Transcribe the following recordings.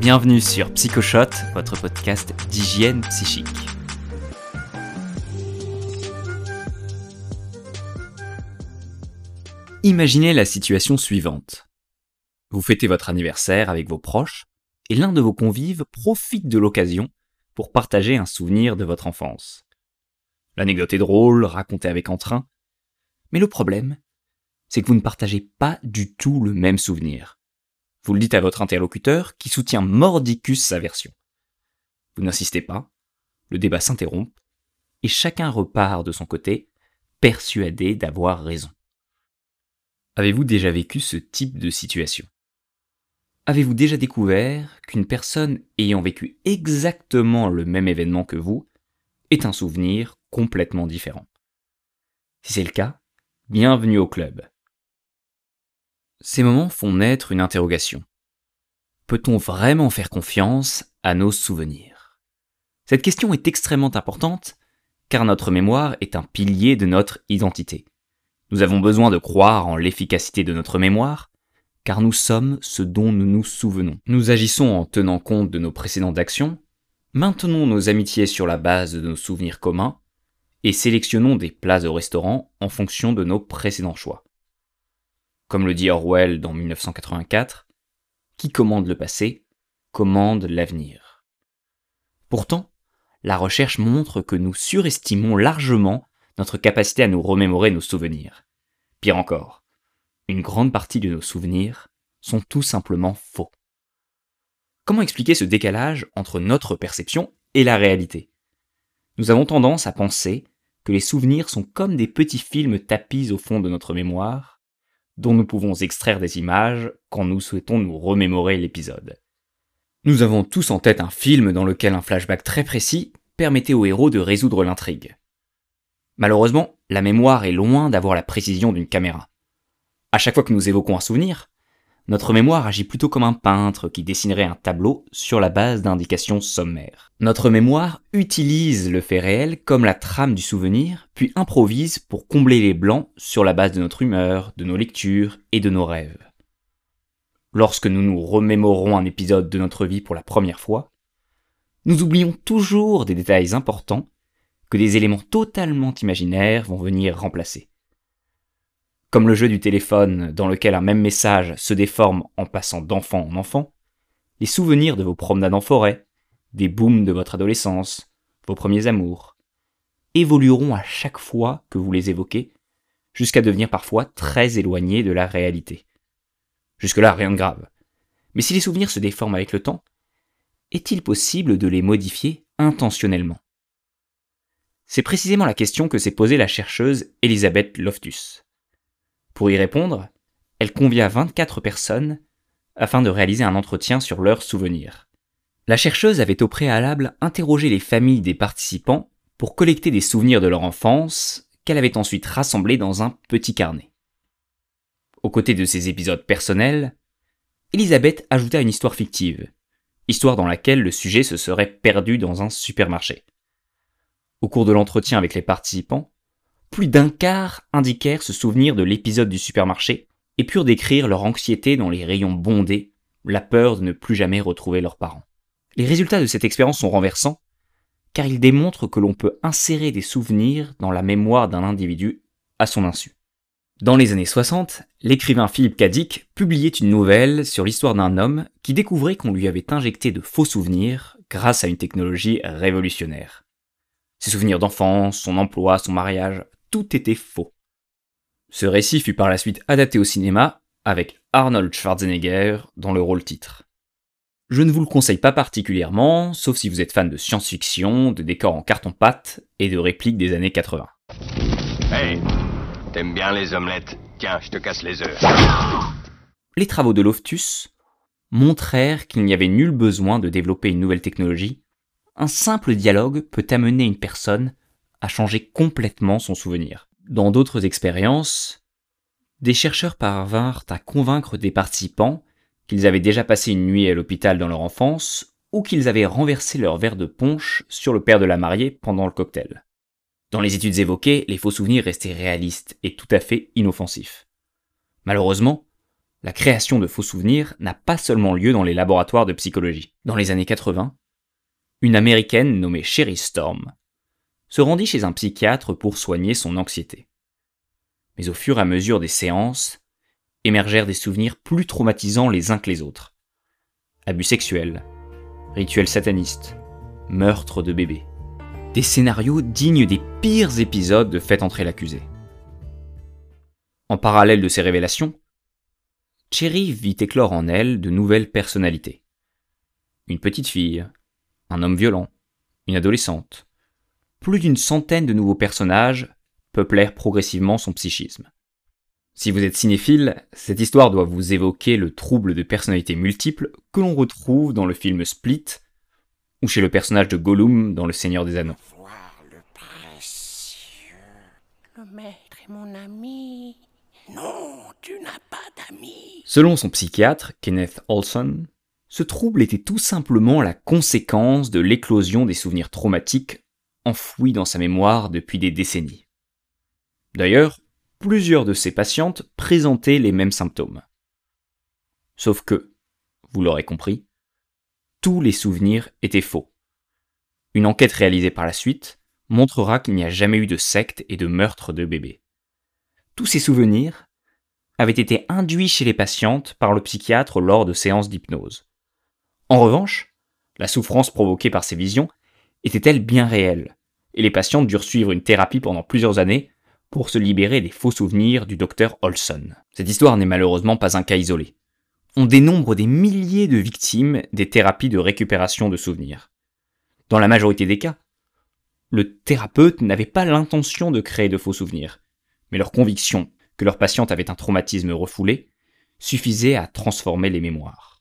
Bienvenue sur Psychoshot, votre podcast d'hygiène psychique. Imaginez la situation suivante. Vous fêtez votre anniversaire avec vos proches et l'un de vos convives profite de l'occasion pour partager un souvenir de votre enfance. L'anecdote est drôle, racontée avec entrain, mais le problème, c'est que vous ne partagez pas du tout le même souvenir. Vous le dites à votre interlocuteur qui soutient mordicus sa version. Vous n'insistez pas, le débat s'interrompt et chacun repart de son côté, persuadé d'avoir raison. Avez-vous déjà vécu ce type de situation ? Avez-vous déjà découvert qu'une personne ayant vécu exactement le même événement que vous est un souvenir complètement différent ? Si c'est le cas, bienvenue au club. Ces moments font naître une interrogation. Peut-on vraiment faire confiance à nos souvenirs ? Cette question est extrêmement importante car notre mémoire est un pilier de notre identité. Nous avons besoin de croire en l'efficacité de notre mémoire car nous sommes ce dont nous nous souvenons. Nous agissons en tenant compte de nos précédentes actions, maintenons nos amitiés sur la base de nos souvenirs communs et sélectionnons des plats au restaurant en fonction de nos précédents choix. Comme le dit Orwell dans 1984, qui commande le passé, commande l'avenir. Pourtant, la recherche montre que nous surestimons largement notre capacité à nous remémorer nos souvenirs. Pire encore, une grande partie de nos souvenirs sont tout simplement faux. Comment expliquer ce décalage entre notre perception et la réalité ? Nous avons tendance à penser que les souvenirs sont comme des petits films tapis au fond de notre mémoire, dont nous pouvons extraire des images quand nous souhaitons nous remémorer l'épisode. Nous avons tous en tête un film dans lequel un flashback très précis permettait au héros de résoudre l'intrigue. Malheureusement, la mémoire est loin d'avoir la précision d'une caméra. À chaque fois que nous évoquons un souvenir, notre mémoire agit plutôt comme un peintre qui dessinerait un tableau sur la base d'indications sommaires. Notre mémoire utilise le fait réel comme la trame du souvenir, puis improvise pour combler les blancs sur la base de notre humeur, de nos lectures et de nos rêves. Lorsque nous nous remémorons un épisode de notre vie pour la première fois, nous oublions toujours des détails importants que des éléments totalement imaginaires vont venir remplacer. Comme le jeu du téléphone dans lequel un même message se déforme en passant d'enfant en enfant, les souvenirs de vos promenades en forêt, des booms de votre adolescence, vos premiers amours, évolueront à chaque fois que vous les évoquez, jusqu'à devenir parfois très éloignés de la réalité. Jusque-là, rien de grave. Mais si les souvenirs se déforment avec le temps, est-il possible de les modifier intentionnellement ? C'est précisément la question que s'est posée la chercheuse Elizabeth Loftus. Pour y répondre, elle convia 24 personnes afin de réaliser un entretien sur leurs souvenirs. La chercheuse avait au préalable interrogé les familles des participants pour collecter des souvenirs de leur enfance qu'elle avait ensuite rassemblés dans un petit carnet. Aux côtés de ces épisodes personnels, Elisabeth ajouta une histoire fictive, histoire dans laquelle le sujet se serait perdu dans un supermarché. Au cours de l'entretien avec les participants, plus d'un quart indiquèrent se souvenir de l'épisode du supermarché et purent décrire leur anxiété dans les rayons bondés, la peur de ne plus jamais retrouver leurs parents. Les résultats de cette expérience sont renversants, car ils démontrent que l'on peut insérer des souvenirs dans la mémoire d'un individu à son insu. Dans les années 60, l'écrivain Philip K. Dick publiait une nouvelle sur l'histoire d'un homme qui découvrait qu'on lui avait injecté de faux souvenirs grâce à une technologie révolutionnaire. Ses souvenirs d'enfance, son emploi, son mariage, tout était faux. Ce récit fut par la suite adapté au cinéma avec Arnold Schwarzenegger dans le rôle titre. Je ne vous le conseille pas particulièrement, sauf si vous êtes fan de science-fiction, de décors en carton-pâte et de répliques des années 80. Hey, t'aimes bien les omelettes ? Tiens, je te casse les œufs. Les travaux de Loftus montrèrent qu'il n'y avait nul besoin de développer une nouvelle technologie. Un simple dialogue peut amener une personne à changer complètement son souvenir. Dans d'autres expériences, des chercheurs parvinrent à convaincre des participants qu'ils avaient déjà passé une nuit à l'hôpital dans leur enfance ou qu'ils avaient renversé leur verre de punch sur le père de la mariée pendant le cocktail. Dans les études évoquées, les faux souvenirs restaient réalistes et tout à fait inoffensifs. Malheureusement, La création de faux souvenirs n'a pas seulement lieu dans les laboratoires de psychologie. Dans les années 80, une Américaine nommée Sherry Storm se rendit chez un psychiatre pour soigner son anxiété. Mais au fur et à mesure des séances, émergèrent des souvenirs plus traumatisants les uns que les autres. Abus sexuels, rituels satanistes, meurtres de bébés. Des scénarios dignes des pires épisodes de Faites entrer l'accusé. En parallèle de ces révélations, Cherry vit éclore en elle de nouvelles personnalités. Une petite fille, un homme violent, une adolescente. Plus d'une centaine de nouveaux personnages peuplèrent progressivement son psychisme. Si vous êtes cinéphile, cette histoire doit vous évoquer le trouble de personnalité multiples que l'on retrouve dans le film Split ou chez le personnage de Gollum dans Le Seigneur des Anneaux. Voir le précieux. Le maître est mon ami. Non, tu n'as pas d'amis. Selon son psychiatre, Kenneth Olson, ce trouble était tout simplement la conséquence de l'éclosion des souvenirs traumatiques enfouis dans sa mémoire depuis des décennies. D'ailleurs, plusieurs de ses patientes présentaient les mêmes symptômes. Sauf que, vous l'aurez compris, tous les souvenirs étaient faux. Une enquête réalisée par la suite montrera qu'il n'y a jamais eu de secte et de meurtre de bébés. Tous ces souvenirs avaient été induits chez les patientes par le psychiatre lors de séances d'hypnose. En revanche, la souffrance provoquée par ces visions était-elle bien réelle, et les patientes durent suivre une thérapie pendant plusieurs années pour se libérer des faux souvenirs du docteur Olson. Cette histoire n'est malheureusement pas un cas isolé. On dénombre des milliers de victimes des thérapies de récupération de souvenirs. Dans la majorité des cas, le thérapeute n'avait pas l'intention de créer de faux souvenirs, mais leur conviction que leur patiente avait un traumatisme refoulé suffisait à transformer les mémoires.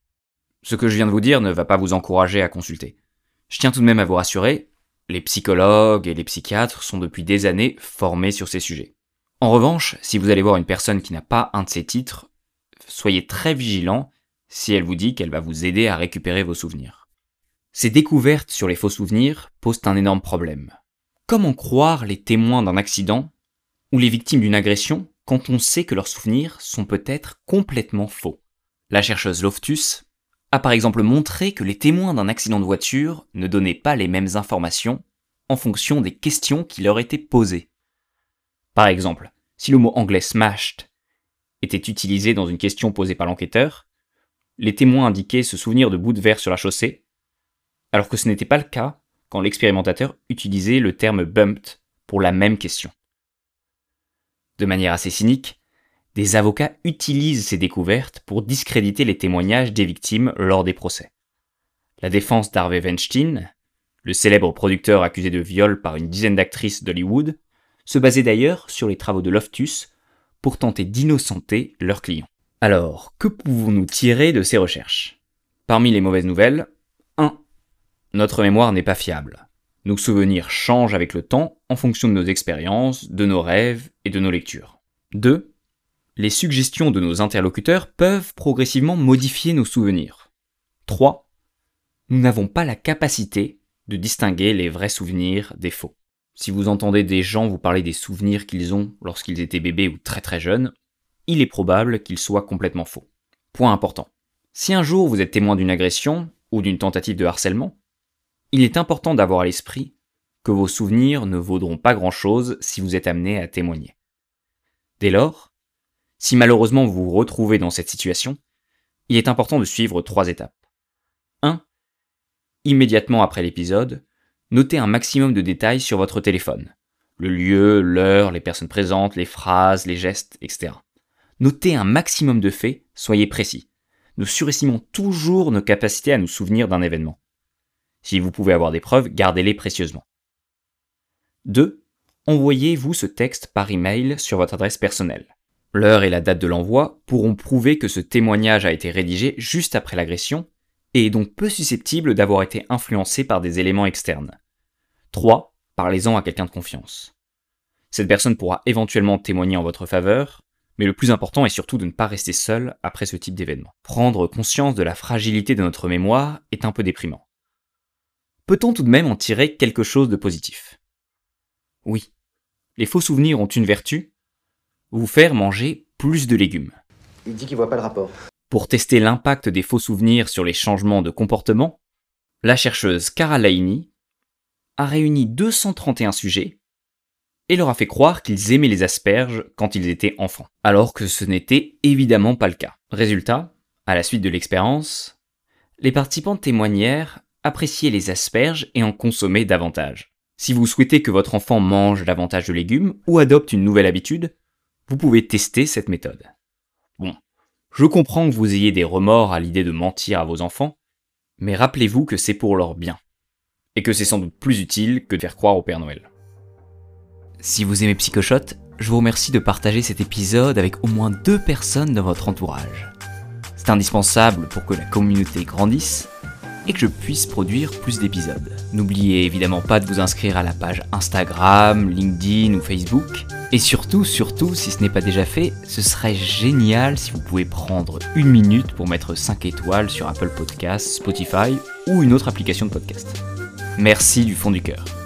Ce que je viens de vous dire ne va pas vous encourager à consulter. Je tiens tout de même à vous rassurer, les psychologues et les psychiatres sont depuis des années formés sur ces sujets. En revanche, si vous allez voir une personne qui n'a pas un de ces titres, soyez très vigilant si elle vous dit qu'elle va vous aider à récupérer vos souvenirs. Ces découvertes sur les faux souvenirs posent un énorme problème. Comment croire les témoins d'un accident ou les victimes d'une agression quand on sait que leurs souvenirs sont peut-être complètement faux? La chercheuse Loftus a par exemple montré que les témoins d'un accident de voiture ne donnaient pas les mêmes informations en fonction des questions qui leur étaient posées. Par exemple, si le mot anglais smashed était utilisé dans une question posée par l'enquêteur, les témoins indiquaient se souvenir de bouts de verre sur la chaussée, alors que ce n'était pas le cas quand l'expérimentateur utilisait le terme bumped pour la même question. De manière assez cynique, des avocats utilisent ces découvertes pour discréditer les témoignages des victimes lors des procès. La défense d'Harvey Weinstein, le célèbre producteur accusé de viol par une dizaine d'actrices d'Hollywood, se basait d'ailleurs sur les travaux de Loftus pour tenter d'innocenter leurs clients. Alors, que pouvons-nous tirer de ces recherches? Parmi les mauvaises nouvelles, 1. Notre mémoire n'est pas fiable. Nos souvenirs changent avec le temps en fonction de nos expériences, de nos rêves et de nos lectures. 2. Les suggestions de nos interlocuteurs peuvent progressivement modifier nos souvenirs. 3. Nous n'avons pas la capacité de distinguer les vrais souvenirs des faux. Si vous entendez des gens vous parler des souvenirs qu'ils ont lorsqu'ils étaient bébés ou très très jeunes, il est probable qu'ils soient complètement faux. Point important. Si un jour vous êtes témoin d'une agression ou d'une tentative de harcèlement, il est important d'avoir à l'esprit que vos souvenirs ne vaudront pas grand-chose si vous êtes amené à témoigner. Dès lors, si malheureusement vous vous retrouvez dans cette situation, il est important de suivre 3 étapes. 1. Immédiatement après l'épisode, notez un maximum de détails sur votre téléphone. Le lieu, l'heure, les personnes présentes, les phrases, les gestes, etc. Notez un maximum de faits, soyez précis. Nous surestimons toujours nos capacités à nous souvenir d'un événement. Si vous pouvez avoir des preuves, gardez-les précieusement. 2. Envoyez-vous ce texte par email sur votre adresse personnelle. L'heure et la date de l'envoi pourront prouver que ce témoignage a été rédigé juste après l'agression et est donc peu susceptible d'avoir été influencé par des éléments externes. 3. Parlez-en à quelqu'un de confiance. Cette personne pourra éventuellement témoigner en votre faveur, mais le plus important est surtout de ne pas rester seul après ce type d'événement. Prendre conscience de la fragilité de notre mémoire est un peu déprimant. Peut-on tout de même en tirer quelque chose de positif? Oui, les faux souvenirs ont une vertu, vous faire manger plus de légumes. Il dit qu'il voit pas le rapport. Pour tester l'impact des faux souvenirs sur les changements de comportement, la chercheuse Cara Laini a réuni 231 sujets et leur a fait croire qu'ils aimaient les asperges quand ils étaient enfants, alors que ce n'était évidemment pas le cas. Résultat, à la suite de l'expérience, les participants témoignèrent apprécier les asperges et en consommer davantage. Si vous souhaitez que votre enfant mange davantage de légumes ou adopte une nouvelle habitude, vous pouvez tester cette méthode. Bon, je comprends que vous ayez des remords à l'idée de mentir à vos enfants, mais rappelez-vous que c'est pour leur bien, et que c'est sans doute plus utile que de faire croire au Père Noël. Si vous aimez Psychoshot, je vous remercie de partager cet épisode avec au moins 2 personnes dans votre entourage. C'est indispensable pour que la communauté grandisse et que je puisse produire plus d'épisodes. N'oubliez évidemment pas de vous inscrire à la page Instagram, LinkedIn ou Facebook. Et surtout, si ce n'est pas déjà fait, ce serait génial si vous pouvez prendre 1 minute pour mettre 5 étoiles sur Apple Podcasts, Spotify ou une autre application de podcast. Merci du fond du cœur.